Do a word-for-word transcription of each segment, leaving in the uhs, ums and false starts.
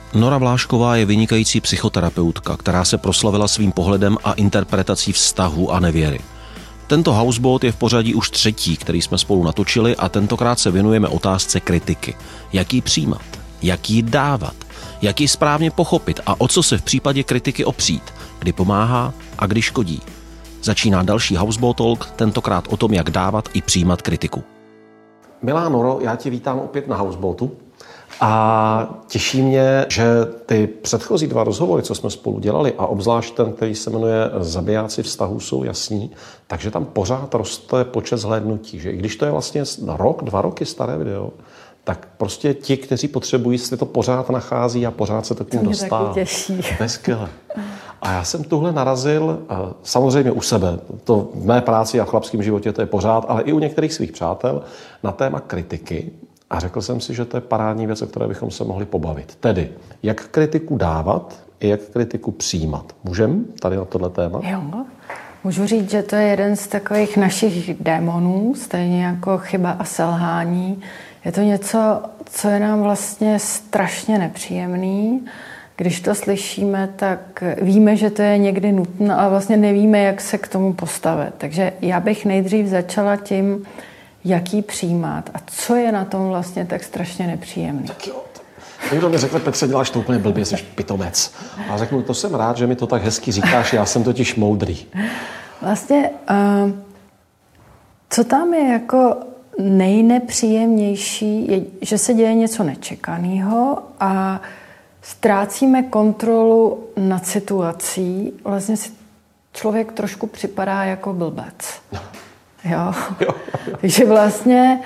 Nora Vlášková je vynikající psychoterapeutka, která se proslavila svým pohledem a interpretací vztahu a nevěry. Tento Houseboat je v pořadí už třetí, který jsme spolu natočili, a tentokrát se věnujeme otázce kritiky. Jak ji přijímat? Jak ji dávat? Jak ji správně pochopit a o co se v případě kritiky opřít? Kdy pomáhá a kdy škodí? Začíná další Houseboat Talk, tentokrát o tom, jak dávat i přijímat kritiku. Milá Noro, já tě vítám opět na Houseboatu. A těší mě, že ty předchozí dva rozhovory, co jsme spolu dělali, a obzvlášť ten, který se jmenuje Zabijáci vztahů, jsou jasní, takže tam pořád roste počet zhlédnutí. Že? I když to je vlastně rok, dva roky staré video, tak prostě ti, kteří potřebují, si to pořád nachází a pořád se to k ním dostává. To mě taky těší. To je skvělé. A já jsem tuhle narazil samozřejmě u sebe, to v mé práci a v chlapském životě to je pořád, ale i u některých svých přátel, na téma kritiky. A řekl jsem si, že to je parádní věc, o které bychom se mohli pobavit. Tedy, jak kritiku dávat i jak kritiku přijímat. Můžem tady na tohle téma? Jo, můžu říct, že to je jeden z takových našich démonů, stejně jako chyba a selhání. Je to něco, co je nám vlastně strašně nepříjemný. Když to slyšíme, tak víme, že to je někdy nutné, ale vlastně nevíme, jak se k tomu postavit. Takže já bych nejdřív začala tím, jak ji přijímat a co je na tom vlastně tak strašně nepříjemný. Tak jo. Někdo mi řekl, Petře, děláš to úplně blbě, jsi pitomec. A řeknu, to jsem rád, že mi to tak hezky říkáš, já jsem totiž moudrý. Vlastně, uh, co tam je jako nejnepříjemnější, je, že se děje něco nečekaného a ztrácíme kontrolu nad situací. Vlastně si člověk trošku připadá jako blbec. Jo. Jo. Takže vlastně,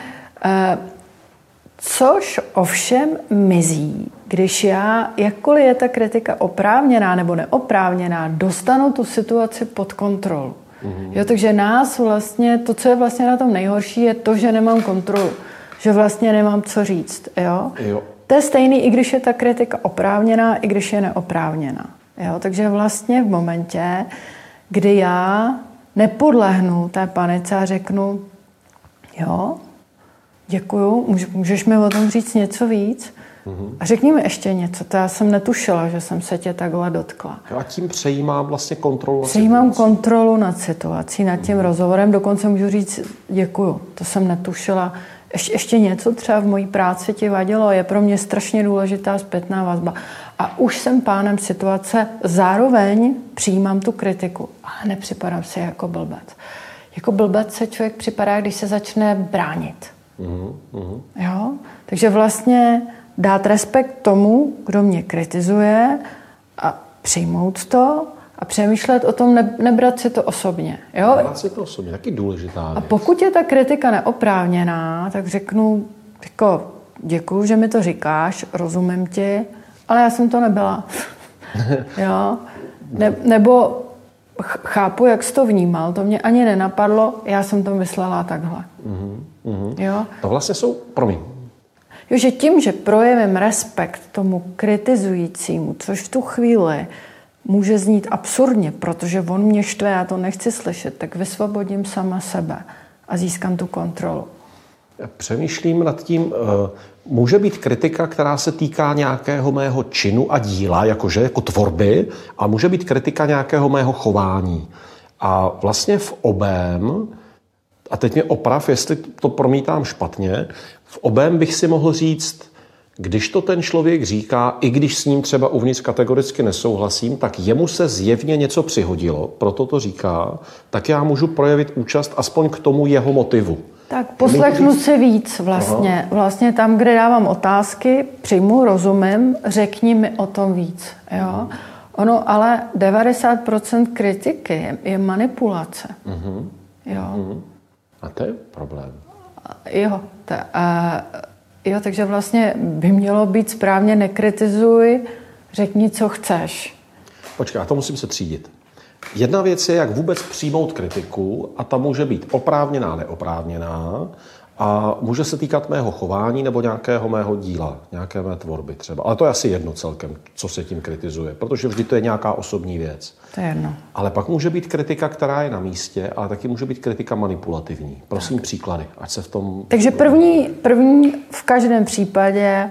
což ovšem mizí, když já, jakkoliv je ta kritika oprávněná nebo neoprávněná, dostanu tu situaci pod kontrolu. Mm-hmm. Jo, takže nás vlastně, to, co je vlastně na tom nejhorší, je to, že nemám kontrolu. Že vlastně nemám co říct. Jo? Jo. To je stejný, i když je ta kritika oprávněná, i když je neoprávněná. Jo? Takže vlastně v momentě, kdy já nepodlehnu té panice a řeknu, jo, děkuju, můžeš mi o tom říct něco víc? Mm-hmm. A řekni mi ještě něco, to já jsem netušila, že jsem se tě takhle dotkla. Jo, a tím přejímám vlastně kontrolu nad Přejímám situací. kontrolu nad situací, nad tím mm-hmm. rozhovorem, dokonce můžu říct děkuju, to jsem netušila. Ještě, ještě něco třeba v mojí práci ti vadilo, je pro mě strašně důležitá zpětná vazba. A už jsem pánem situace, zároveň přijímám tu kritiku, ale nepřipadám si jako blbec. Jako blbec se člověk připadá, když se začne bránit. Mm-hmm. Jo? Takže vlastně dát respekt tomu, kdo mě kritizuje a přijmout to a přemýšlet o tom, ne, nebrat si to osobně. Jo? Nebrat si to osobně, taky důležitá věc. A pokud je ta kritika neoprávněná, tak řeknu, jako, děkuju, že mi to říkáš, rozumím ti, ale já jsem to nebyla. Jo? Ne, nebo chápu, jak jsi to vnímal, to mě ani nenapadlo, já jsem to myslela takhle. Mm-hmm. Jo? To vlastně jsou, promiň. Jo, že tím, že projevím respekt tomu kritizujícímu, což v tu chvíli může znít absurdně, protože on mě štve, já to nechci slyšet, tak vysvobodím sama sebe a získám tu kontrolu. Přemýšlím nad tím, může být kritika, která se týká nějakého mého činu a díla, jakože jako tvorby, a může být kritika nějakého mého chování. A vlastně v obém, a teď mě oprav, jestli to promítám špatně, v obém bych si mohl říct, když to ten člověk říká, i když s ním třeba uvnitř kategoricky nesouhlasím, tak jemu se zjevně něco přihodilo, proto to říká, tak já můžu projevit účast aspoň k tomu jeho motivu. Tak poslechnu si víc vlastně. Aha. Vlastně tam, kde dávám otázky, přijmu, rozumím, řekni mi o tom víc. Jo? Mhm. Ono ale devadesát procent kritiky je, je manipulace. Mhm. Jo. Mhm. A to je problém. Jo, ta, a, jo, takže vlastně by mělo být správně nekritizuj, řekni, co chceš. Počkej, já to musím se třídit. Jedna věc je, jak vůbec přijmout kritiku, a ta může být oprávněná, neoprávněná, a může se týkat mého chování nebo nějakého mého díla, nějaké mé tvorby třeba. Ale to je asi jedno celkem, co se tím kritizuje, protože vždy to je nějaká osobní věc. To je jedno. Ale pak může být kritika, která je na místě, ale taky může být kritika manipulativní. Prosím, tak. Příklady, ať se v tom... Takže první, první v každém případě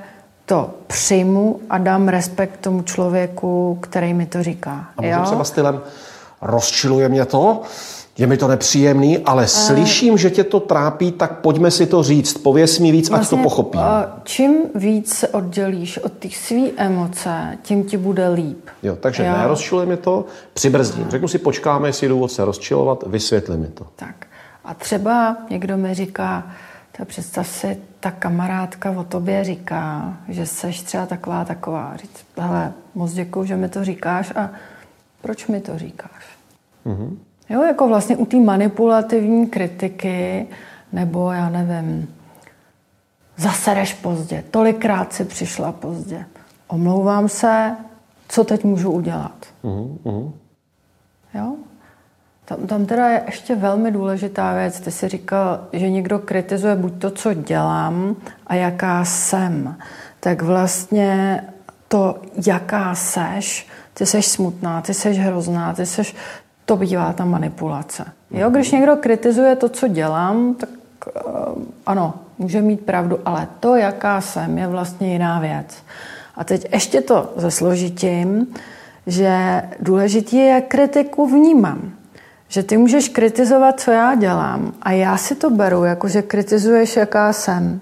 to přijmu a dám respekt tomu člověku, který mi to říká. A můžu třeba stylem, rozčiluje mě to, je mi to nepříjemný, ale slyším, že tě to trápí, tak pojďme si to říct, pověz mi víc, vlastně, ať to pochopím. Čím víc se oddělíš od těch svý emoce, tím ti bude líp. Jo, takže jo. nerozčiluje mě to, přibrzdím. Řeknu si, počkáme, jestli důvod se rozčilovat, vysvětli mi to. Tak. A třeba někdo mi říká, tak představ si, ta kamarádka o tobě říká, že seš třeba taková, taková. Říct, hele, moc děkuju, že mi to říkáš a proč mi to říkáš? Mm-hmm. Jo, jako vlastně u té manipulativní kritiky, nebo já nevím, zase jdeš pozdě, tolikrát si přišla pozdě. Omlouvám se, co teď můžu udělat? Mm-hmm. Jo? Tam, tam teda je ještě velmi důležitá věc. Ty jsi říkal, že někdo kritizuje buď to, co dělám a jaká jsem. Tak vlastně to, jaká seš, ty seš smutná, ty seš hrozná, ty seš... To bývá ta manipulace. Jo, když někdo kritizuje to, co dělám, tak uh, ano, může mít pravdu, ale to, jaká jsem, je vlastně jiná věc. A teď ještě to zesložitím, že důležitý je, jak kritiku vnímám. Že ty můžeš kritizovat, co já dělám a já si to beru, jako že kritizuješ, jaká jsem.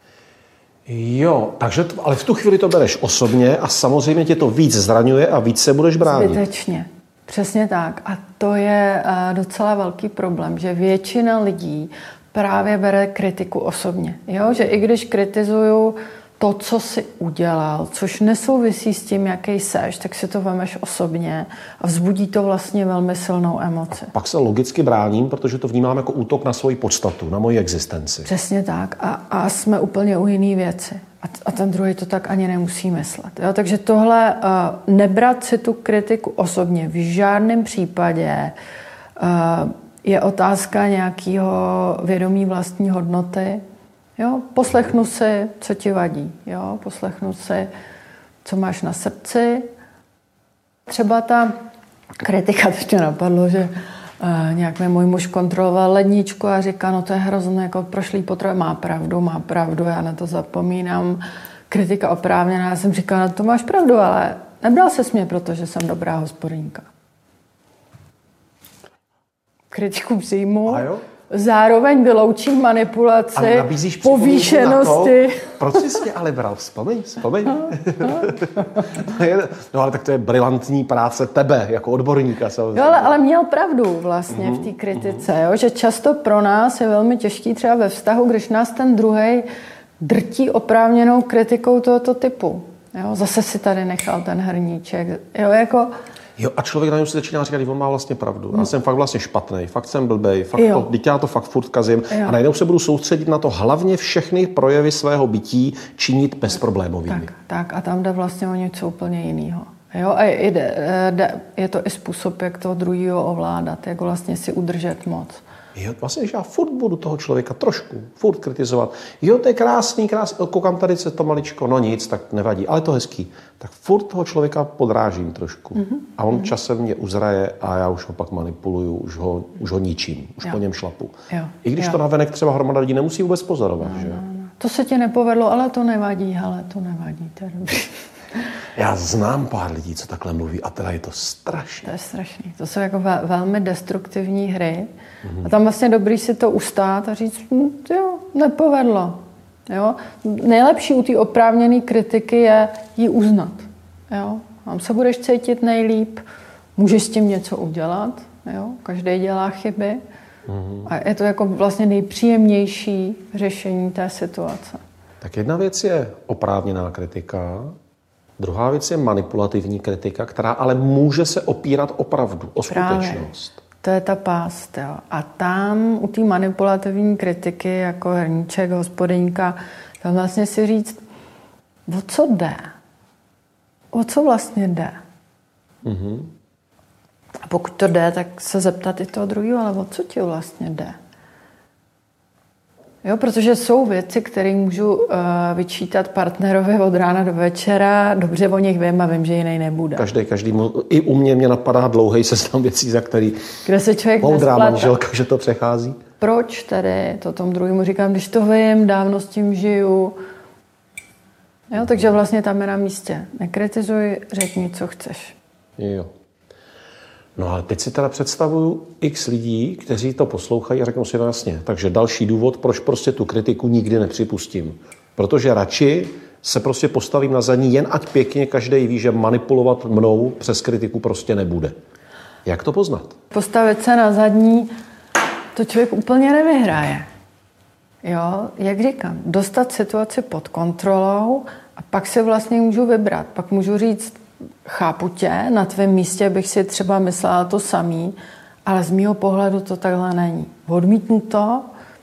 Jo, takže to, ale v tu chvíli to bereš osobně a samozřejmě tě to víc zraňuje a víc se budeš bránit. Zbytečně. Přesně tak. A to je docela velký problém, že většina lidí právě bere kritiku osobně. Jo? Že i když kritizuju to, co jsi udělal, což nesouvisí s tím, jaký seš, tak si to vemeš osobně a vzbudí to vlastně velmi silnou emoci. A pak se logicky bráním, protože to vnímám jako útok na svoji podstatu, na moji existenci. Přesně tak. A, a jsme úplně u jiný věci. A, a ten druhý to tak ani nemusí myslet. Jo? Takže tohle, uh, nebrat si tu kritiku osobně v žádném případě uh, je otázka nějakého vědomí vlastní hodnoty. Jo? Poslechnu si, co ti vadí. Jo? Poslechnu si, co máš na srdci. Třeba ta kritika, to ještě napadlo, že uh, nějak mi můj muž kontroloval ledničku a říká, no to je hrozné, jako prošlý potroj, má pravdu, má pravdu, já na to zapomínám. Kritika oprávněná, já jsem říkala, no to máš pravdu, ale nebral ses mě, protože jsem dobrá hospodyňka. Kritiku přijmu. Zároveň vyloučím manipulaci, povýšenosti. Proč jsi mě ale bral? Vzpomeň, vzpomeň. No ale tak to je brilantní práce tebe, jako odborníka samozřejmě. Jo, ale, ale měl pravdu vlastně mm-hmm. v té kritice, jo? Že často pro nás je velmi těžký třeba ve vztahu, když nás ten druhej drtí oprávněnou kritikou tohoto typu. Jo? Zase si tady nechal ten hrníček. Jo, jako... Jo, a člověk na něm si začíná říkat, že on má vlastně pravdu. Já jsem fakt vlastně špatnej, fakt jsem blbej, fakt to, teď já to fakt furt kazím. Jo. A najednou se budu soustředit na to hlavně všechny projevy svého bytí činit bezproblémovými. Tak, tak a tam jde vlastně o něco úplně jiného. Jo, a jde, jde, je to i způsob, jak toho druhého ovládat, jak vlastně si udržet moc. Jo, vlastně, že já furt budu toho člověka trošku, furt kritizovat. Jo, to je krásný, krásný, koukám tady se to maličko, no nic, tak nevadí, ale to hezký. Tak furt toho člověka podrážím trošku. Mm-hmm. A on mm-hmm. časem mě uzraje a já už ho pak manipuluju, už ho, už ho ničím, už jo. po něm šlapu. Jo. I když jo. to navenek třeba hromada lidí nemusí vůbec pozorovat, no, že? No, no. To se ti nepovedlo, ale to nevadí, hele, to nevadí. To je dobrý. Já znám pár lidí, co takhle mluví a teda je to strašné. To je strašný. To jsou jako ve, velmi destruktivní hry. Mm-hmm. A tam vlastně dobrý si to ustát a říct, hm, jo, nepovedlo. Jo? Nejlepší u té oprávněné kritiky je ji uznat. Jo? Tam se budeš cítit nejlíp, můžeš s tím něco udělat. Jo? Každý dělá chyby. Mm-hmm. A je to jako vlastně nejpříjemnější řešení té situace. Tak jedna věc je oprávněná kritika, druhá věc je manipulativní kritika, která ale může se opírat o pravdu, o skutečnost. Právě. To je ta pást. Jo. A tam u té manipulativní kritiky jako hrníček, hospodyňka, tam vlastně si říct, o co jde? O co vlastně jde? Mm-hmm. A pokud to jde, tak se zeptat i toho druhého, ale o co ti vlastně jde? Jo, protože jsou věci, které můžu uh, vyčítat partnerovi od rána do večera, dobře o nich vím a vím, že jiný nebude. Každý, každý, i u mě mě napadá dlouhej seznam věcí, za který kde se člověk moudrá manželka, že to přechází. Proč tedy to tomu druhému říkám, když to vím, dávno s tím žiju, Jo, takže vlastně tam je na místě. Nekritizuj, řekni, co chceš. Jo. No ale teď si teda představuju x lidí, kteří to poslouchají a řeknou si, no jasně, takže další důvod, proč prostě tu kritiku nikdy nepřipustím. Protože radši se prostě postavím na zadní, jen ať pěkně každý ví, že manipulovat mnou přes kritiku prostě nebude. Jak to poznat? Postavit se na zadní, to člověk úplně nevyhraje. Jo, jak říkám, dostat situaci pod kontrolou a pak si vlastně můžu vybrat. Pak můžu říct, chápu tě, na tvém místě bych si třeba myslela to samý, ale z mýho pohledu to takhle není. Odmítnu to,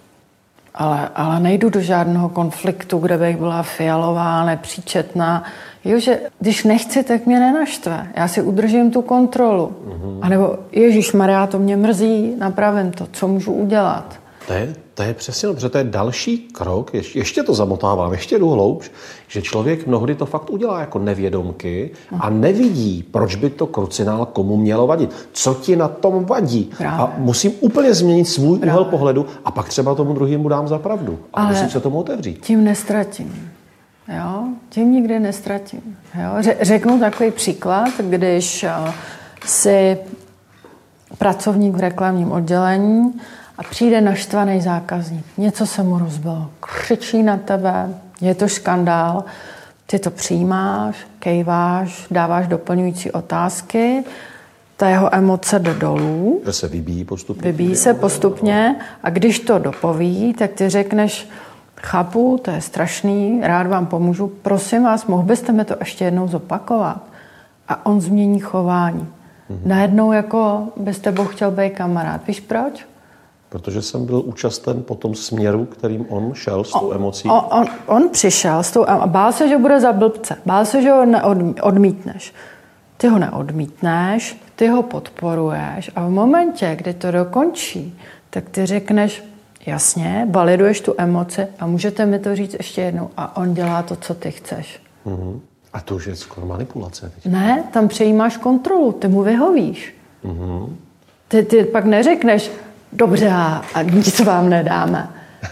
ale, ale nejdu do žádného konfliktu, kde bych byla fialová, nepříčetná. Jo, že když nechci, tak mě nenaštve. Já si udržím tu kontrolu. Mm-hmm. A nebo ježišmarja, to mě mrzí, napravím to, co můžu udělat. To je, to je přesně, protože to je další krok, ještě, ještě to zamotávám, ještě jdu hloubš, že člověk mnohdy to fakt udělá jako nevědomky a nevidí, proč by to krucinál komu mělo vadit. Co ti na tom vadí? Právě. A musím úplně změnit svůj Právě. úhel pohledu a pak třeba tomu druhému dám za pravdu. A Ale musím se tomu otevřít. Tím nestratím. Jo? Tím nikdy nestratím. Jo? Řeknu takový příklad, když si pracovník v reklamním oddělení a přijde naštvaný zákazník. Něco se mu rozbilo. Křičí na tebe, je to škandál. Ty to přijímáš, kejváš, dáváš doplňující otázky. Ta jeho emoce jde dolů. Že se vybíjí postupně. Vybíjí se postupně a když to dopoví, tak ty řekneš, chápu, to je strašný, rád vám pomůžu. Prosím vás, mohl byste mi to ještě jednou zopakovat? A on změní chování. Mhm. Najednou jako by s tebou chtěl být kamarád. Víš proč? Protože jsem byl účasten po tom směru, kterým on šel s tou on, emocí. On, on, on přišel s tou a bál se, že bude za blbce. Bál se, že ho neodmítneš. Ty ho neodmítneš, ty ho podporuješ a v momentě, kdy to dokončí, tak ty řekneš, jasně, validuješ tu emoci a můžete mi to říct ještě jednou a on dělá to, co ty chceš. Uh-huh. A to už je skoro manipulace. Teď. Ne, tam přejímáš kontrolu, ty mu vyhovíš. Uh-huh. Ty, ty pak neřekneš, dobře, a nic vám nedáme.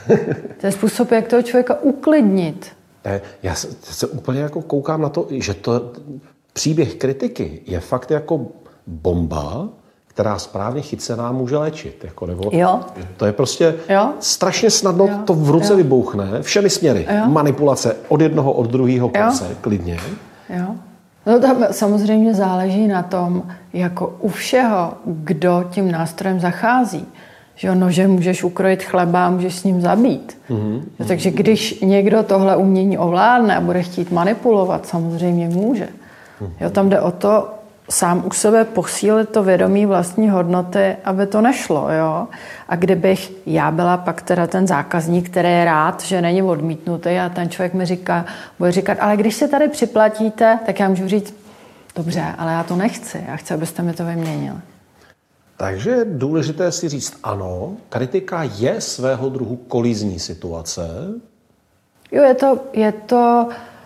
To je způsob, jak toho člověka uklidnit. Já se, se úplně jako koukám na to, že to příběh kritiky je fakt jako bomba, která správně chycená může léčit. Jako, nebo, jo. To je prostě jo. strašně snadno, jo. to v ruce jo. vybouchne všemi směry. Jo. Manipulace od jednoho, od druhého konce, jo. klidně. Jo. No tam samozřejmě záleží na tom, jako u všeho, kdo tím nástrojem zachází. Že nožem můžeš ukrojit chleba a můžeš s ním zabít. Mm-hmm. Jo, takže když někdo tohle umění ovládne a bude chtít manipulovat, samozřejmě může. Jo, tam jde o to sám u sebe posílit to vědomí vlastní hodnoty, aby to nešlo. Jo? A kdybych já byla pak teda ten zákazník, který je rád, že není odmítnutý a ten člověk mi říká, bude říkat, ale když se tady připlatíte, tak já můžu říct, dobře, ale já to nechci, já chci, abyste mi to vyměnili. Takže je důležité si říct ano, kritika je svého druhu kolizní situace. Jo, je to, je to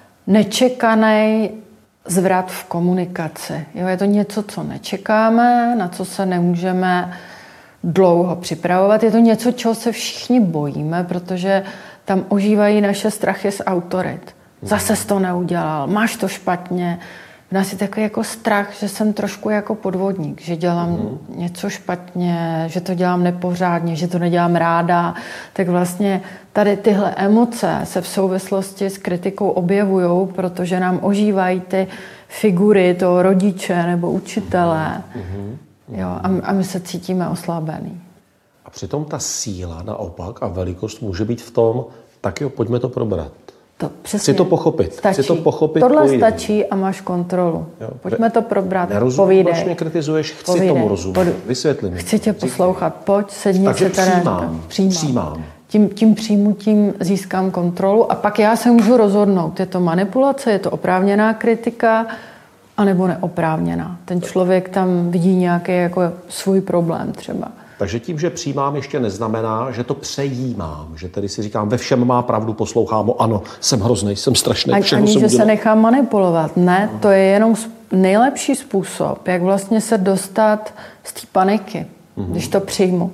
nečekaný zvrat v komunikaci. Jo, je to něco, co nečekáme, na co se nemůžeme dlouho připravovat. Je to něco, čeho se všichni bojíme, protože tam ožívají naše strachy z autorit. Zase jsi to neudělal, máš to špatně. V nás je takový jako strach, že jsem trošku jako podvodník, že dělám mm. něco špatně, že to dělám nepořádně, že to nedělám ráda. Tak vlastně tady tyhle emoce se v souvislosti s kritikou objevujou, protože nám ožívají ty figury toho rodiče nebo učitele. Mm. Jo, a, a my se cítíme oslabený. A přitom ta síla naopak a velikost může být v tom, tak jo, pojďme to probrat. To, přesně. Chci to pochopit. Stačí. Chci to pochopit. Tohle povídej. stačí a máš kontrolu. Jo. Pojďme to probrat. Nerozumím, proč mě kritizuješ, chci povídej. tomu rozumět. Pod... Vysvětli mi. Chci tě poslouchat. Pojď, sedni Takže se tady. přijímám. Přijímám. přijímám. Tím, tím přijmutím získám kontrolu a pak já se můžu rozhodnout. Je to manipulace, je to oprávněná kritika, anebo neoprávněná. Ten člověk tam vidí nějaký jako svůj problém třeba. Takže tím, že přijímám, ještě neznamená, že to přejímám. Že tedy si říkám, ve všem má pravdu, poslouchám, ano, jsem hroznej, jsem strašný. Ani, ani že udělal. Se nechám manipulovat. Ne, to je jenom nejlepší způsob, jak vlastně se dostat z té paniky, mm-hmm. když to přijmu.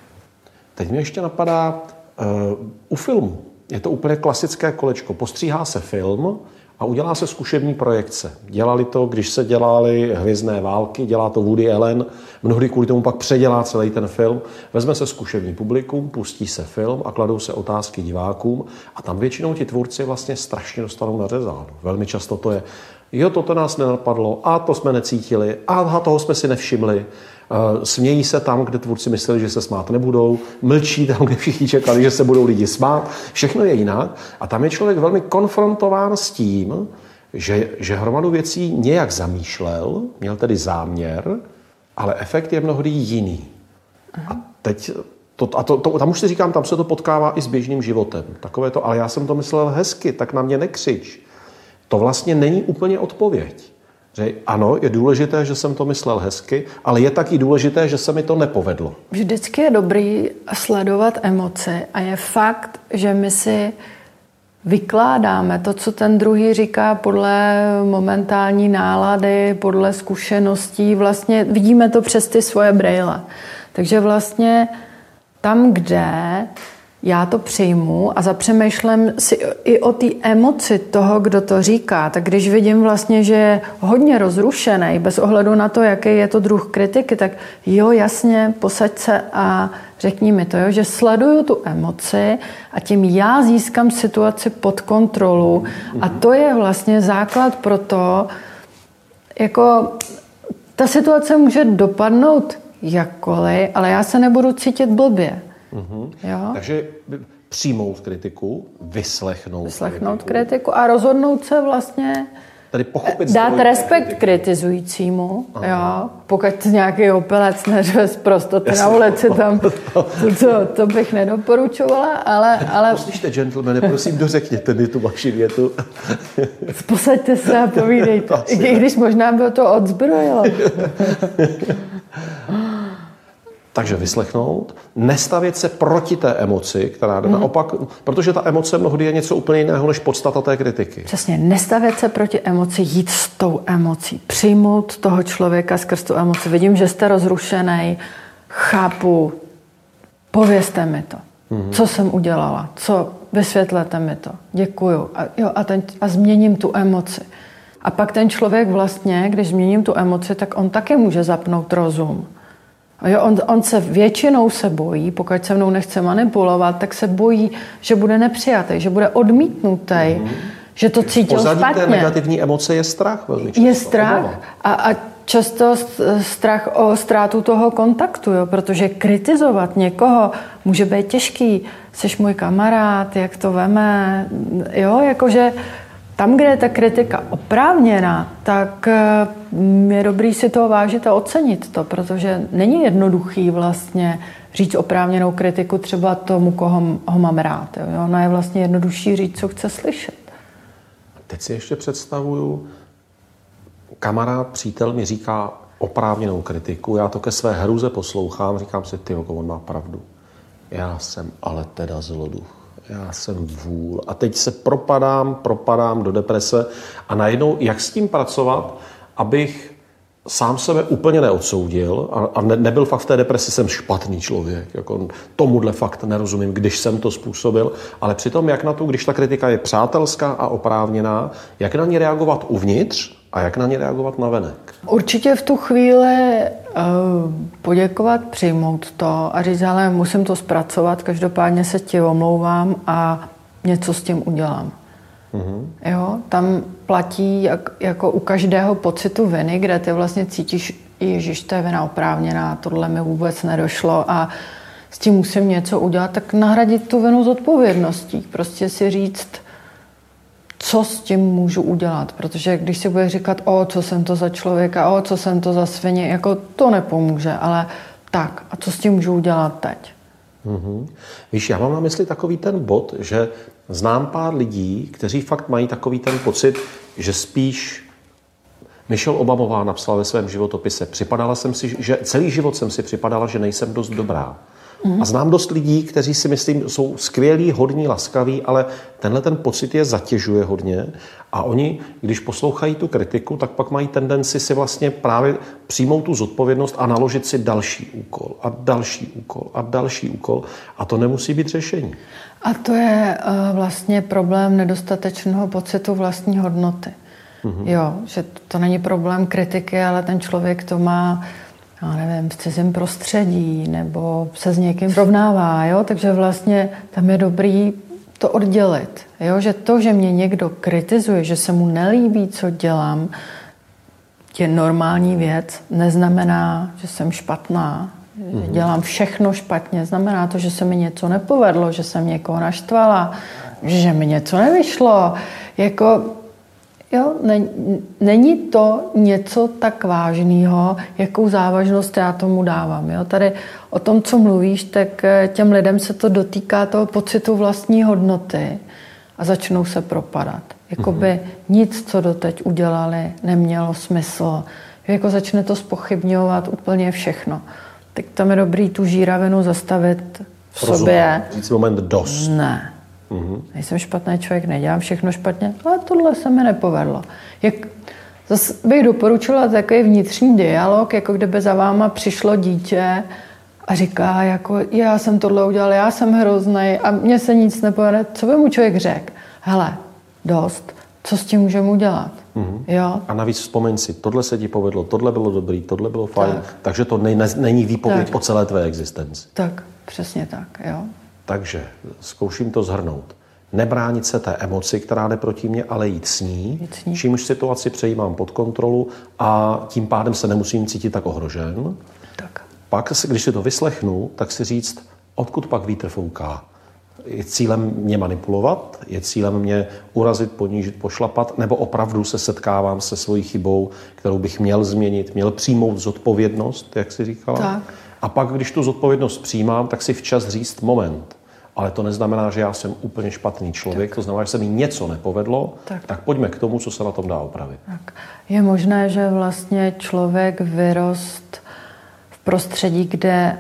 Teď mě ještě napadá, uh, u filmu je to úplně klasické kolečko. Postříhá se film a udělá se zkušební projekce. Dělali to, když se dělaly Hvězdné války, dělá to Woody Allen, mnohdy kvůli tomu pak předělá celý ten film. Vezme se zkušební publikum, pustí se film a kladou se otázky divákům a tam většinou ti tvůrci vlastně strašně dostanou nařezáno. Velmi často to je, jo, toto nás nenapadlo, a to jsme necítili, a toho jsme si nevšimli. Smějí se tam, kde tvůrci mysleli, že se smát nebudou, mlčí tam, kde všichni čekali, že se budou lidi smát. Všechno je jinak a tam je člověk velmi konfrontován s tím, že, že hromadu věcí nějak zamýšlel, měl tedy záměr, ale efekt je mnohdy jiný. Aha. A teď to, a to, to, tam už si říkám, tam se to potkává i s běžným životem. Takové to, ale já jsem to myslel hezky, tak na mě nekřič. To vlastně není úplně odpověď. Že ano, je důležité, že jsem to myslel hezky, ale je taky důležité, že se mi to nepovedlo. Vždycky je dobrý sledovat emoce a je fakt, že my si vykládáme to, co ten druhý říká podle momentální nálady, podle zkušeností. Vlastně vidíme to přes ty svoje brejle. Takže vlastně tam, kde já to přijmu a zapřemýšlím si i o té emoci toho, kdo to říká, tak když vidím vlastně, že je hodně rozrušený, bez ohledu na to, jaký je to druh kritiky, tak jo, jasně, posaď se a řekni mi to, jo, že sleduju tu emoci a tím já získám situaci pod kontrolu a to je vlastně základ pro to, jako ta situace může dopadnout jakkoliv, ale já se nebudu cítit blbě. Mm-hmm. Jo? Takže přijmout kritiku, vyslechnout, vyslechnout kritiku. kritiku a rozhodnout se vlastně tady pochopit dát respekt kritiky. kritizujícímu. Jo? Pokud nějaký opilec neřve z prostoty na ulici, tam to, to, to bych nedoporučovala, ale... ale... Poslyšte, gentlemane, prosím, dořekněte mi tu vaši větu. Posaďte se a povídejte. I když možná by to odzbrojilo. Takže vyslechnout, nestavět se proti té emoci, která jde mm. naopak, protože ta emoce mnohdy je něco úplně jiného než podstata té kritiky. Přesně, nestavět se proti emoci, jít s tou emocí, přijmout toho člověka skrz tu emoci. Vidím, že jste rozrušenej, chápu, povězte mi to, mm. co jsem udělala, co, vysvětlete mi to, děkuju a, jo, a, ten, a změním tu emoci. A pak ten člověk vlastně, když změním tu emoci, tak on taky může zapnout rozum. Jo, on, on se většinou se bojí, pokud se mnou nechce manipulovat, tak se bojí, že bude nepřijatý, že bude odmítnutý, mm-hmm. že to cítil Pozadí špatně. Pozadí té negativní emoce je strach velmi často. Je strach a, a často strach o ztrátu toho kontaktu, jo, protože kritizovat někoho může být těžký. Jseš můj kamarád, jak to veme, jo, jakože tam, kde je ta kritika oprávněná, tak je dobrý si to vážit a ocenit to, protože není jednoduchý vlastně říct oprávněnou kritiku třeba tomu, koho ho mám rád. Jo? Ona je vlastně jednodušší říct, co chce slyšet. Teď si ještě představuju, kamarád, přítel mi říká oprávněnou kritiku, já to ke své hruze poslouchám, říkám si, ty, on má pravdu. Já jsem ale teda zloduch. Já jsem vůl. A teď se propadám, propadám do deprese a najednou, jak s tím pracovat, abych sám sebe úplně neodsoudil a, a ne, nebyl fakt v té depresi, jsem špatný člověk. Jako, tomuhle fakt nerozumím, když jsem to způsobil, ale přitom, jak na to, když ta kritika je přátelská a oprávněná, jak na ní reagovat uvnitř a jak na ně reagovat navenek? Určitě v tu chvíli uh, poděkovat, přijmout to a říct, ale musím to zpracovat, každopádně se ti omlouvám a něco s tím udělám. Mm-hmm. Jo, tam platí jak, jako u každého pocitu viny, kde ty vlastně cítíš, ježiš, to je vina oprávněná, tohle mi vůbec nedošlo a s tím musím něco udělat, tak nahradit tu vinu z odpovědností. Prostě si říct, co s tím můžu udělat, protože když si budeš říkat, o, co jsem to za člověka, o, co jsem to za svině, jako to nepomůže, ale tak, a co s tím můžu udělat teď? Mm-hmm. Víš, já mám na mysli takový ten bod, že znám pár lidí, kteří fakt mají takový ten pocit, že spíš Michelle Obamová napsala ve svém životopise, připadala jsem si, že celý život jsem si připadala, že nejsem dost dobrá. Mm. A znám dost lidí, kteří si myslím, jsou skvělí, hodní, laskaví, ale tenhle ten pocit je zatěžuje hodně a oni, když poslouchají tu kritiku, tak pak mají tendenci si vlastně právě přijmout tu zodpovědnost a naložit si další úkol a další úkol a další úkol a to nemusí být řešení. A to je uh, vlastně problém nedostatečného pocitu vlastní hodnoty. Mm-hmm. Jo, že to není problém kritiky, ale ten člověk to má, já nevím, v cizím prostředí nebo se s někým rovnává, jo, takže vlastně tam je dobrý to oddělit, jo, že to, že mě někdo kritizuje, že se mu nelíbí, co dělám, je normální věc, neznamená, že jsem špatná, mm-hmm. že dělám všechno špatně, znamená to, že se mi něco nepovedlo, že jsem někoho naštvala, že mi něco nevyšlo, jako jo, není to něco tak vážného, jakou závažnost já tomu dávám. Jo? Tady o tom, co mluvíš, tak těm lidem se to dotýká toho pocitu vlastní hodnoty a začnou se propadat. Jakoby mm-hmm. nic, co doteď udělali, nemělo smysl. Jako začne to zpochybňovat úplně všechno. Tak tam je dobrý tu žíravinu zastavit v Rozumím. sobě. Říct moment dost. Ne. Mm-hmm. Nejsem špatný člověk, nedělám všechno špatně, ale tohle se mi nepovedlo. Jak, zase bych doporučila takový vnitřní dialog, jako kdyby za váma přišlo dítě a říká, jako já jsem tohle udělal, já jsem hroznej a mně se nic nepovede. Co by mu člověk řekl? Hele, dost, co s tím můžeme udělat? Mm-hmm. Jo? A navíc vzpomeň si, tohle se ti povedlo, tohle bylo dobrý, tohle bylo fajn, tak. takže to ne, není výpověď tak. o celé tvé existenci. Tak, přesně tak, jo. Takže zkouším to shrnout. Nebránit se té emoci, která jde proti mně, ale jít s ní, jít s ní. Čímž situaci přejímám pod kontrolu a tím pádem se nemusím cítit tak ohrožen. Tak. Pak, když si to vyslechnu, tak si říct, odkud pak vítr fouká. Je cílem mě manipulovat, je cílem mě urazit, ponížit, pošlapat, nebo opravdu se setkávám se svojí chybou, kterou bych měl změnit, měl přijmout zodpovědnost, jak jsi říkala. Tak. A pak, když tu zodpovědnost přijímám, tak si včas říct moment. Ale to neznamená, že já jsem úplně špatný člověk, tak. to znamená, že se mi něco nepovedlo, tak. tak pojďme k tomu, co se na tom dá opravit. Tak. Je možné, že vlastně člověk vyrost v prostředí, kde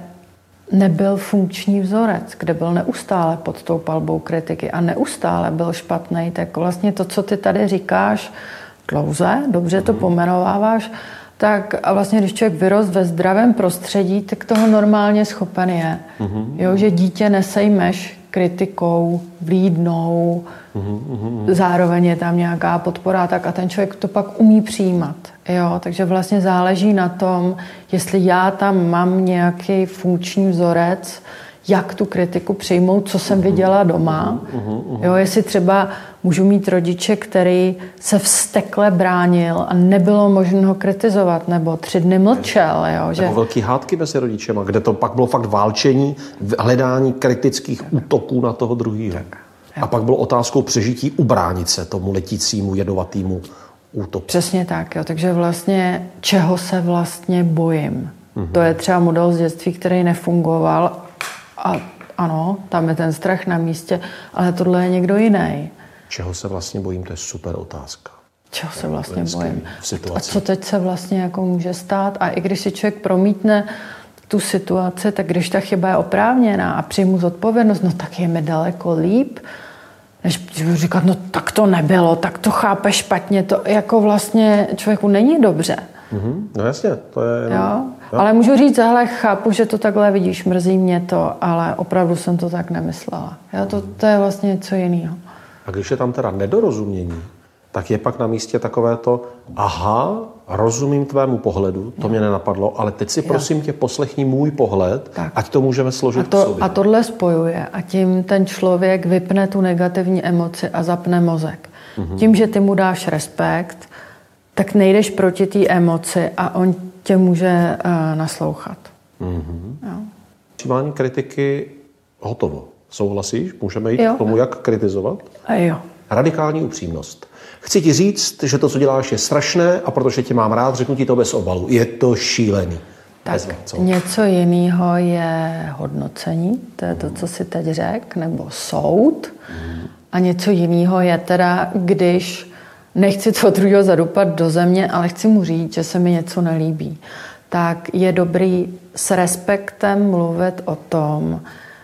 nebyl funkční vzorec, kde byl neustále pod tou palbou kritiky a neustále byl špatný, tak vlastně to, co ty tady říkáš dlouze, dobře to pomenováváš, tak a vlastně, když člověk vyrost ve zdravém prostředí, tak toho normálně schopen je. Mm-hmm. Jo, že dítě nesejmeš kritikou, vlídnou, mm-hmm. zároveň je tam nějaká podpora, tak a ten člověk to pak umí přijímat. Jo, takže vlastně záleží na tom, jestli já tam mám nějaký funkční vzorec, jak tu kritiku přijmout, co jsem viděla doma. Jo, jestli třeba můžu mít rodiče, který se vztekle bránil a nebylo možné ho kritizovat, nebo tři dny mlčel. Jo, že... Nebo velký hádky mezi rodičema, kde to pak bylo fakt válčení, hledání kritických tak. útoků na toho druhého. A pak bylo otázkou přežití ubránit se tomu letícímu, jedovatýmu útoku. Přesně tak. Jo. Takže vlastně čeho se vlastně bojím. Mm-hmm. To je třeba model z dětství, který nefungoval. A ano, tam je ten strach na místě, ale tohle je někdo jiný. Čeho se vlastně bojím, to je super otázka. Čeho se vlastně bojím. A co teď se vlastně jako může stát? A i když si člověk promítne tu situaci, tak když ta chyba je oprávněná a přijmu zodpovědnost, no tak je mi daleko líp, než budu říkat, no tak to nebylo, tak to chápe špatně, to jako vlastně člověku není dobře. Mm-hmm. No jasně, to je... Jenom... Jo? Jo? Ale můžu říct, hele, chápu, že to takhle vidíš, mrzí mě to, ale opravdu jsem to tak nemyslela. Jo? To, to je vlastně něco jiného. A když je tam teda nedorozumění, tak je pak na místě takové to, aha, rozumím tvému pohledu, to jo. mě nenapadlo, ale teď si prosím jo. tě poslechni můj pohled, tak. ať to můžeme složit a to, k sobě. A tohle spojuje a tím ten člověk vypne tu negativní emoci a zapne mozek. Mm-hmm. Tím, že ty mu dáš respekt, tak nejdeš proti té emoci a on tě může uh, naslouchat. Mm-hmm. Přijímání kritiky hotovo. Souhlasíš? Můžeme jít jo. k tomu, jak kritizovat? A jo. Radikální upřímnost. Chci ti říct, že to, co děláš, je strašné a protože tě mám rád, řeknu ti to bez obalu. Je to šílený. Tak něco jiného je hodnocení, to je to, co si teď řekl, nebo soud. Mm. A něco jiného je teda, když nechci toho druhého zadupat do země, ale chci mu říct, že se mi něco nelíbí. Tak je dobrý s respektem mluvit o tom,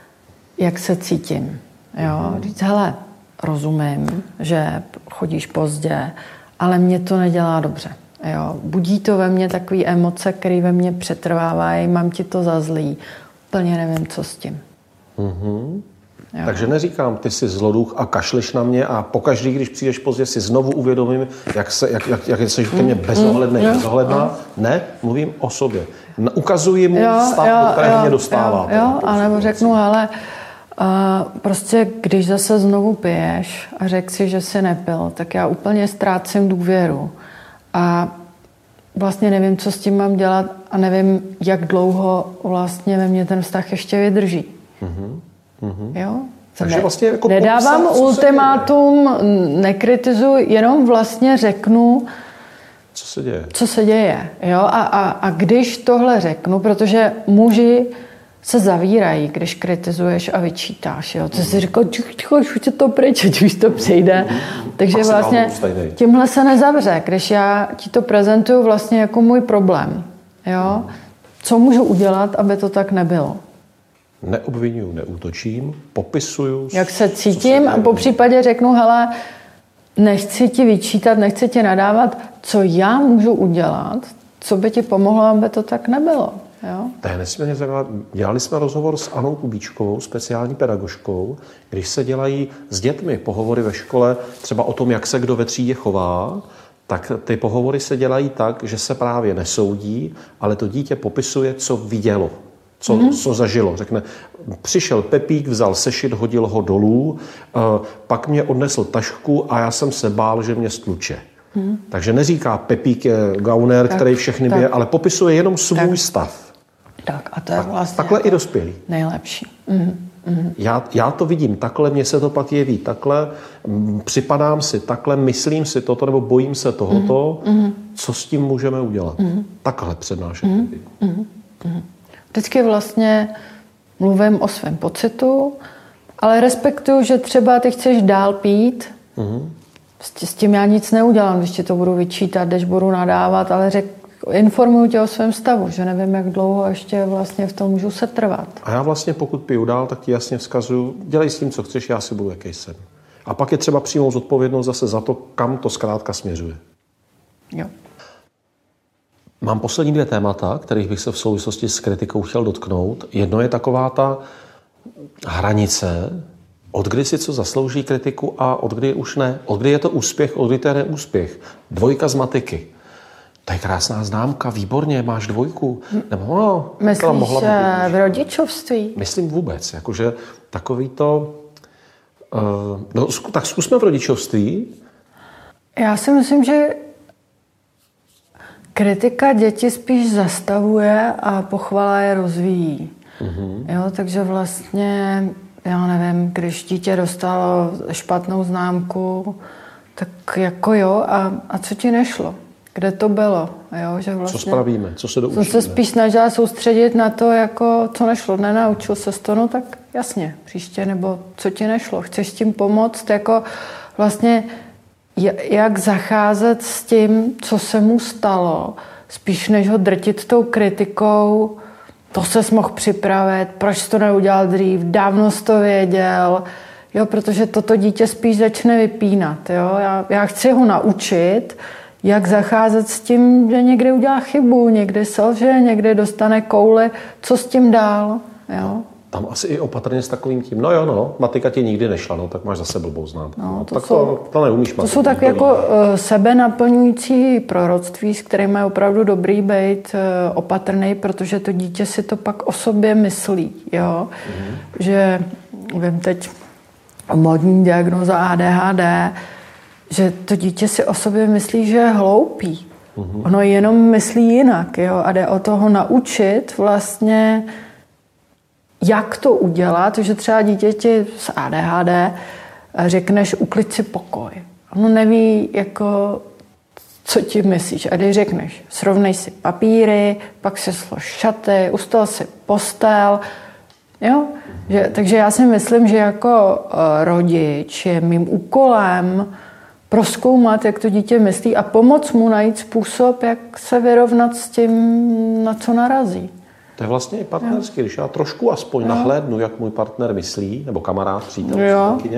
jak se cítím. Jo? Říct, hele, rozumím, že chodíš pozdě, ale mě to nedělá dobře. Jo? Budí to ve mně takové emoce, které ve mně přetrvávají, mám ti to za zlý. Úplně nevím, co s tím. Mm-hmm. Jo. Takže neříkám, ty jsi zloduch a kašleš na mě a pokaždý, když přijdeš pozdě, si znovu uvědomím, jak, se, jak, jak, jak jsi ke mně bezohledný, mm, bezohledná. Ne, mluvím o sobě. Ukazuji mu jo, stav, jo, do kterého mě dostává. Jo, jo, anebo řeknu, ale uh, prostě když zase znovu piješ a řekl si, že jsi nepil, tak já úplně ztrácím důvěru. A vlastně nevím, co s tím mám dělat a nevím, jak dlouho vlastně ve mně ten vztah ještě vydrží. Mm-hmm. Mm-hmm. Jo? Takže vlastně jako nedávám popsat, ultimátum, nekritizuji, jenom vlastně řeknu, co se děje. Co se děje. Jo? A, a, a když tohle řeknu, protože muži se zavírají, když kritizuješ a vyčítáš. Jo? Co jsi říkal, už je to pryč, ať už to přejde. Takže vlastně tímhle se nezavře, když já ti to prezentuju vlastně jako můj problém. Jo? Co můžu udělat, aby to tak nebylo? Neobvinuju, neútočím, popisuju. Jak se cítím a po případě řeknu, hele, nechci ti vyčítat, nechci ti nadávat, co já můžu udělat, co by ti pomohlo, aby to tak nebylo. Jo? To je nesmírně zajímavé. Dělali jsme rozhovor s Anou Kubíčkovou, speciální pedagožkou, když se dělají s dětmi pohovory ve škole, třeba o tom, jak se kdo ve třídě chová, tak ty pohovory se dělají tak, že se právě nesoudí, ale to dítě popisuje, co vidělo. Co, mm-hmm. co zažilo. Řekne, přišel Pepík, vzal sešit, hodil ho dolů, uh, pak mě odnesl tašku a já jsem se bál, že mě stluče. Mm-hmm. Takže neříká Pepík je gauner, tak, který všechny bije, ale popisuje jenom svůj tak. stav. Tak a to je vlastně takhle jako i dospělí. Nejlepší. Mm-hmm. Mm-hmm. Já, já to vidím takhle, mně se to pak jeví takhle, m, připadám si takhle, myslím si toto, nebo bojím se tohoto, mm-hmm. co s tím můžeme udělat. Mm-hmm. Takhle přednášet. Mm-hmm. Mm-hmm. Vždycky vlastně mluvím o svém pocitu, ale respektuju, že třeba ty chceš dál pít. Mm-hmm. S tím já nic neudělám, když ti to budu vyčítat, když budu nadávat, ale řek, informuju tě o svém stavu, že nevím, jak dlouho ještě vlastně v tom můžu setrvat. A já vlastně, pokud piju dál, tak ti jasně vzkazuju, dělej s tím, co chceš, já si budu, jaký jsem. A pak je třeba přijmout zodpovědnost zase za to, kam to zkrátka směřuje. Jo. Mám poslední dvě témata, kterých bych se v souvislosti s kritikou chtěl dotknout. Jedno je taková ta hranice, od kdy si co zaslouží kritiku a od kdy už ne. Od kdy je to úspěch, od kdy to je neúspěch. Dvojka z matiky. To je krásná známka, výborně, máš dvojku. Nebo, no, myslíš mohla být v rodičovství? Myslím vůbec, jakože takový to... Uh, no, tak zkusme v rodičovství. Já si myslím, že kritika děti spíš zastavuje a pochvala je rozvíjí. Mm-hmm. Jo, takže vlastně, já nevím, když dítě dostalo špatnou známku, tak jako jo, a, a co ti nešlo? Kde to bylo? Jo, že vlastně co spravíme? Co se doučíme? Jsem se spíš snažila soustředit na to, jako, co nešlo. Nenaučil se to, no tak jasně, příště, nebo co ti nešlo? Chceš s tím pomoct? Jako vlastně jak zacházet s tím, co se mu stalo, spíš než ho drtit tou kritikou, to ses mohl připravit, proč jsi to neudělal dřív, dávno jsi to věděl, jo, protože toto dítě spíš začne vypínat, jo, já, já chci ho naučit, jak zacházet s tím, že někdy udělá chybu, někdy selže, někdy dostane kouli, co s tím dál, jo. Tam asi i opatrně s takovým tím, no jo, no, matika ti nikdy nešla, no, tak máš zase blbou známku. No, to tak jsou, to, to neumíš matiku. To jsou tak jako uh, sebenaplňující proroctví, s kterými je opravdu dobrý být uh, opatrný, protože to dítě si to pak o sobě myslí, jo. Mm-hmm. Že, vím teď, modní diagnóza A D H D, že to dítě si o sobě myslí, že je hloupý. Mm-hmm. Ono jenom myslí jinak, jo, a jde o toho naučit vlastně, jak to udělat, že třeba dítěti s A D H D řekneš, uklid si pokoj. Ono neví, jako, co ti myslíš. A když řekneš, srovnej si papíry, pak si slož šaty, ustal si postel. Jo? Že, takže já si myslím, že jako rodič je mým úkolem prozkoumat, jak to dítě myslí a pomoct mu najít způsob, jak se vyrovnat s tím, na co narazí. To je vlastně i partnerský, když já trošku aspoň jo. nahlédnu, jak můj partner myslí, nebo kamarád, přítel, přítelkyně,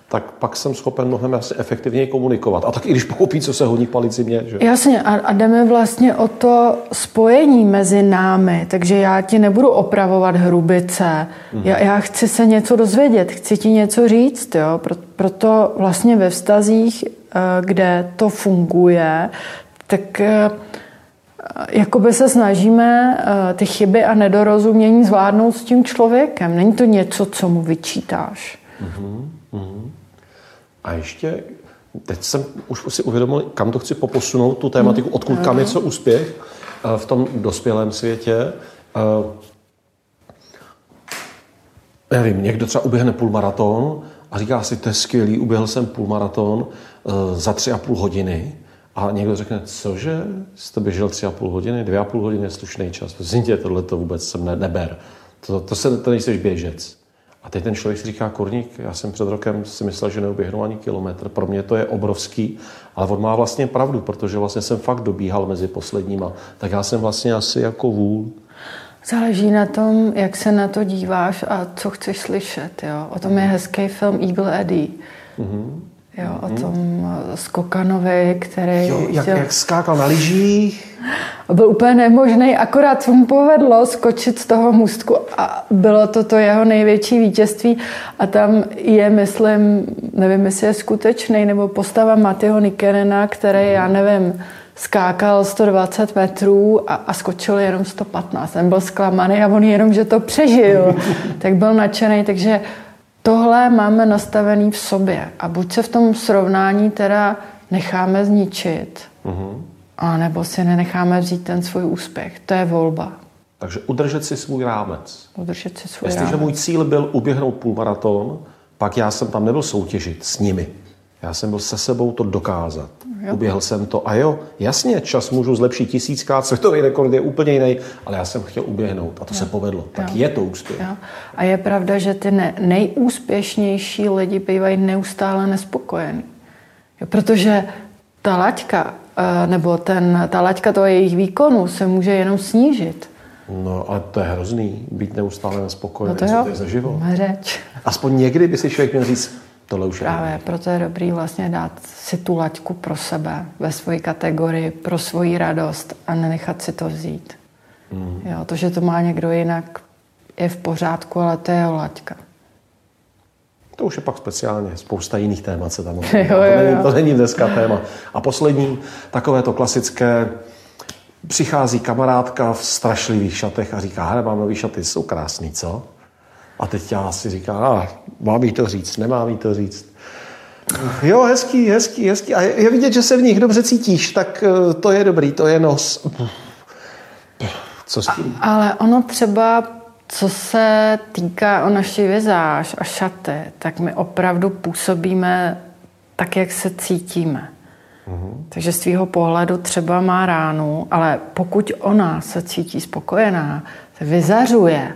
tak pak jsem schopen mnohem asi efektivněji komunikovat. A tak i když pochopí, co se hodí k palici mě. Že? Jasně, a, a jdeme vlastně o to spojení mezi námi, takže já ti nebudu opravovat hrubice, mm. já, já chci se něco dozvědět, chci ti něco říct, jo? Proto vlastně ve vztazích, kde to funguje, tak jakoby se snažíme ty chyby a nedorozumění zvládnout s tím člověkem. Není to něco, co mu vyčítáš. Mm-hmm. Mm-hmm. A ještě, teď jsem už si uvědomil, kam to chci poposunout, tu tématiku, odkud kam je co úspěch v tom dospělém světě. Nevím, někdo třeba uběhne půlmaraton a říká si, to je skvělý, uběhl jsem půlmaraton za tři a půl hodiny. A někdo řekne, cože, jste běžel tři a půl hodiny, dvě a půl hodiny je slušný čas. Prosím tě, tohle to vůbec jsem ne, neber. To, to, se, to nejseš běžec. A teď ten člověk si říká, kurník, já jsem před rokem si myslel, že neuběhnu ani kilometr. Pro mě to je obrovský, ale on má vlastně pravdu, protože vlastně jsem fakt dobíhal mezi posledníma. Tak já jsem vlastně asi jako vůl. Záleží na tom, jak se na to díváš a co chceš slyšet. Jo? O tom je hezký film Eagle Eddie. Mm-hmm. Jo, o tom skokanovi, který... Jo, jak, jak skákal na lyžích. Byl úplně nemožný, akorát se mu povedlo skočit z toho můstku a bylo to to jeho největší vítězství. A tam je, myslím, nevím, jestli je skutečný, nebo postava Mattyho Nikanena, který, já nevím, skákal sto dvacet metrů a, a skočil jenom sto patnáct. Ten byl zklamaný a on jenom, že to přežil, tak byl nadšený, takže tohle máme nastavený v sobě a buď se v tom srovnání teda necháme zničit, uh-huh. a nebo si nenecháme vzít ten svůj úspěch. To je volba. Takže udržet si svůj rámec. Udržet si svůj Jestliže rámec. můj cíl byl uběhnout půlmaraton, pak já jsem tam nebyl soutěžit s nimi. Já jsem byl se sebou to dokázat. Jo. Uběhl jsem to a jo, jasně, čas můžu zlepšit tisíckrát, světový rekord je úplně jiný, ale já jsem chtěl uběhnout a to jo. se povedlo. Tak jo. je to úspěch. Jo. A je pravda, že ty ne, nejúspěšnější lidi bývají neustále nespokojení. Jo, protože ta laťka, nebo ten, ta laťka toho jejich výkonu se může jenom snížit. No, ale to je hrozný, být neustále nespokojený. No to jo, to je za život. řeč. Aspoň někdy by si člověk měl říct, tohle už Právě, je. proto je dobrý vlastně dát si tu laťku pro sebe, ve své kategorii, pro svoji radost a nenechat si to vzít. Mm. Jo, to, že to má někdo jinak, je v pořádku, ale to je jeho laťka. To už je pak speciálně, spousta jiných témat se tam jo, jo, to, není, jo. to není dneska téma. A poslední, takové to klasické, přichází kamarádka v strašlivých šatech a říká, hele, mám nový šaty, jsou krásný, co? A teď já si říkám, a mám jí to říct, nemám jí to říct. Jo, hezký, hezký, hezký. A je vidět, že se v nich dobře cítíš, tak to je dobrý, to je nos. Co s tím? A, ale ono třeba, co se týká o naší vizáž a šaty, tak my opravdu působíme tak, jak se cítíme. Uhum. Takže z tvýho pohledu třeba má ránu, ale pokud ona se cítí spokojená, se vyzařuje,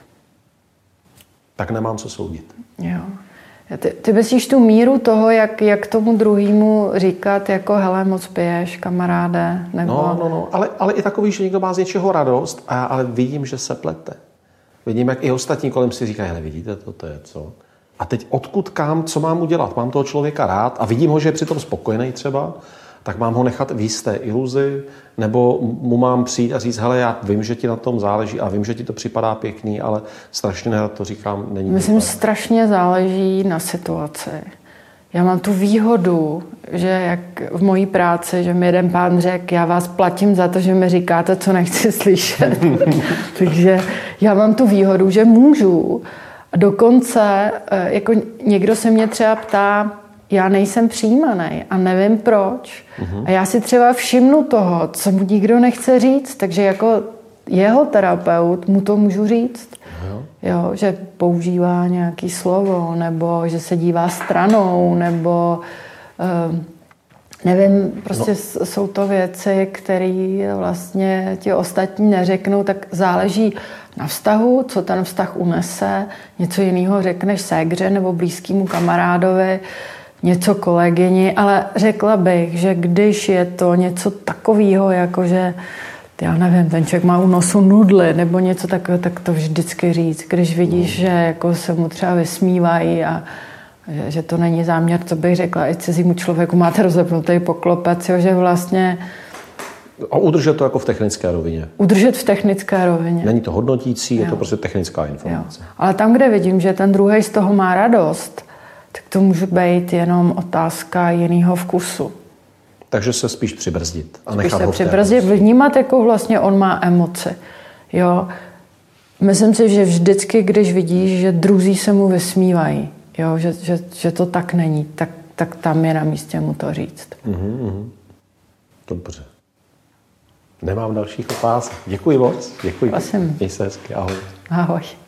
tak nemám co soudit. Jo. Ty, ty myslíš tu míru toho, jak, jak tomu druhému říkat, jako hele, moc piješ, kamaráde, nebo... No, no, no, ale, ale i takový, že někdo má z něčeho radost, a já ale vidím, že se plete. Vidím, jak i ostatní kolem si říkají, hele, vidíte to, to je co? A teď odkud kam, co mám udělat? Mám toho člověka rád a vidím ho, že je přitom spokojený třeba, tak mám ho nechat v jisté iluzi, nebo mu mám přijít a říct, hele, já vím, že ti na tom záleží a vím, že ti to připadá pěkný, ale strašně nerad to říkám, není. Myslím, strašně záleží na situaci. Já mám tu výhodu, že jak v mojí práci, že mi jeden pán řekl, já vás platím za to, že mi říkáte, co nechci slyšet. Takže já mám tu výhodu, že můžu. A dokonce, jako někdo se mě třeba ptá, já nejsem přijímaný a nevím proč. Uh-huh. A já si třeba všimnu toho, co mu nikdo nechce říct, takže jako jeho terapeut mu to můžu říct. Uh-huh. Jo, že používá nějaký slovo, nebo že se dívá stranou, nebo uh, nevím, prostě no. jsou to věci, které vlastně ti ostatní neřeknou, tak záleží na vztahu, co ten vztah unese. Něco jiného řekneš ségře nebo blízkému kamarádovi, něco kolegyni, ale řekla bych, že když je to něco takového, jako že já nevím, ten člověk má u nosu nudly nebo něco takového, tak to vždycky říct. Když vidíš, že jako se mu třeba vysmívají a Že, že to není záměr, co bych řekla, i cizímu člověku máte rozepnutý poklopec, jo, že vlastně... A udržet to jako v technické rovině. Udržet v technické rovině. Není to hodnotící, jo. Je to prostě technická informace. Jo. Ale tam, kde vidím, že ten druhý z toho má radost, tak to může být jenom otázka jiného vkusu. Takže se spíš přibrzdit. A spíš nechat se ho přibrzdit, vnímat, jako vlastně on má emoce. Jo. Myslím si, že vždycky, když vidíš, že druzí se mu vysmívají, jo, že, že, že to tak není, tak, tak tam je na místě mu to říct. Mm-hmm. Dobře. Nemám dalších otázek. Děkuji moc. Děkuji. Prosím. Měj se hezky. Ahoj. Ahoj.